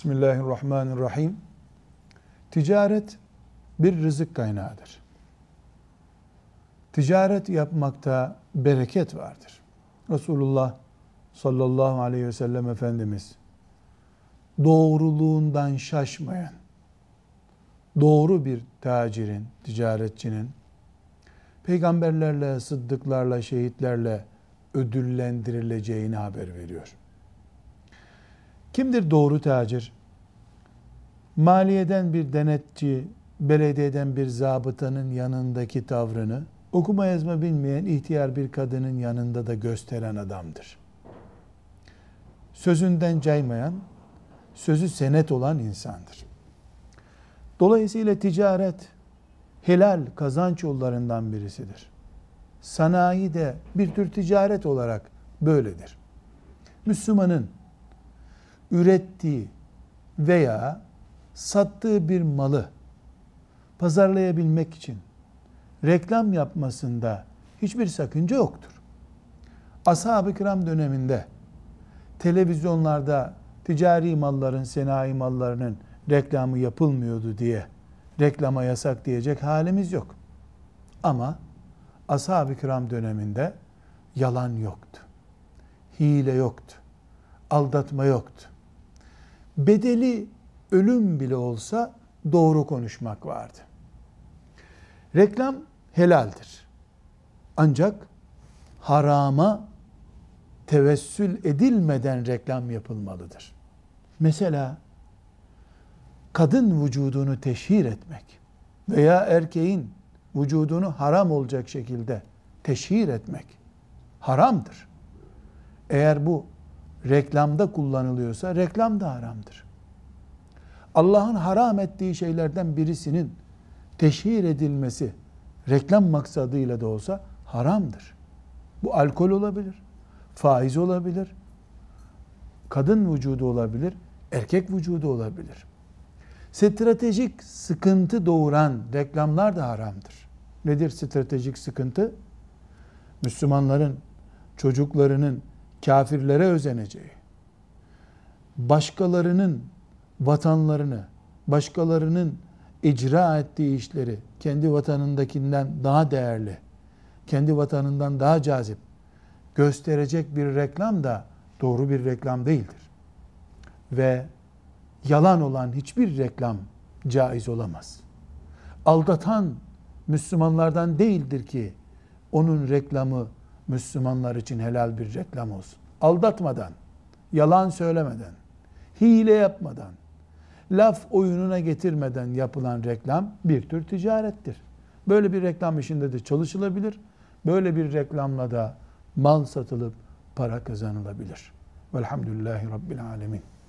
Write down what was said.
Bismillahirrahmanirrahim. Ticaret bir rızık kaynağıdır. Ticaret yapmakta bereket vardır. Resulullah sallallahu aleyhi ve sellem Efendimiz doğruluğundan şaşmayan, doğru bir tacirin, ticaretçinin peygamberlerle, sıddıklarla, şehitlerle ödüllendirileceğini haber veriyor. Kimdir doğru tacir? Maliyeden bir denetçi, belediyeden bir zabıtanın yanındaki tavrını okuma yazma bilmeyen ihtiyar bir kadının yanında da gösteren adamdır. Sözünden caymayan, sözü senet olan insandır. Dolayısıyla ticaret helal kazanç yollarından birisidir. Sanayi de bir tür ticaret olarak böyledir. Müslümanın ürettiği veya sattığı bir malı pazarlayabilmek için reklam yapmasında hiçbir sakınca yoktur. Ashab-ı kiram döneminde televizyonlarda ticari malların, sanayi mallarının reklamı yapılmıyordu diye reklama yasak diyecek halimiz yok. Ama ashab-ı kiram döneminde yalan yoktu. Hile yoktu. Aldatma yoktu. Bedeli ölüm bile olsa doğru konuşmak vardı. Reklam helaldir. Ancak harama tevessül edilmeden reklam yapılmalıdır. Mesela kadın vücudunu teşhir etmek veya erkeğin vücudunu haram olacak şekilde teşhir etmek haramdır. Eğer bu reklamda kullanılıyorsa reklam da haramdır. Allah'ın haram ettiği şeylerden birisinin teşhir edilmesi reklam maksadıyla da olsa haramdır. Bu alkol olabilir, faiz olabilir, kadın vücudu olabilir, erkek vücudu olabilir. Stratejik sıkıntı doğuran reklamlar da haramdır. Nedir stratejik sıkıntı? Müslümanların çocuklarının kafirlere özeneceği, başkalarının vatanlarını, başkalarının icra ettiği işleri kendi vatanındakinden daha değerli, kendi vatanından daha cazip gösterecek bir reklam da doğru bir reklam değildir. Ve yalan olan hiçbir reklam caiz olamaz. Aldatan Müslümanlardan değildir ki onun reklamı Müslümanlar için helal bir reklam olsun. Aldatmadan, yalan söylemeden, hile yapmadan, laf oyununa getirmeden yapılan reklam bir tür ticarettir. Böyle bir reklam işinde de çalışılabilir. Böyle bir reklamla da mal satılıp para kazanılabilir. Velhamdülillahi Rabbil alemin.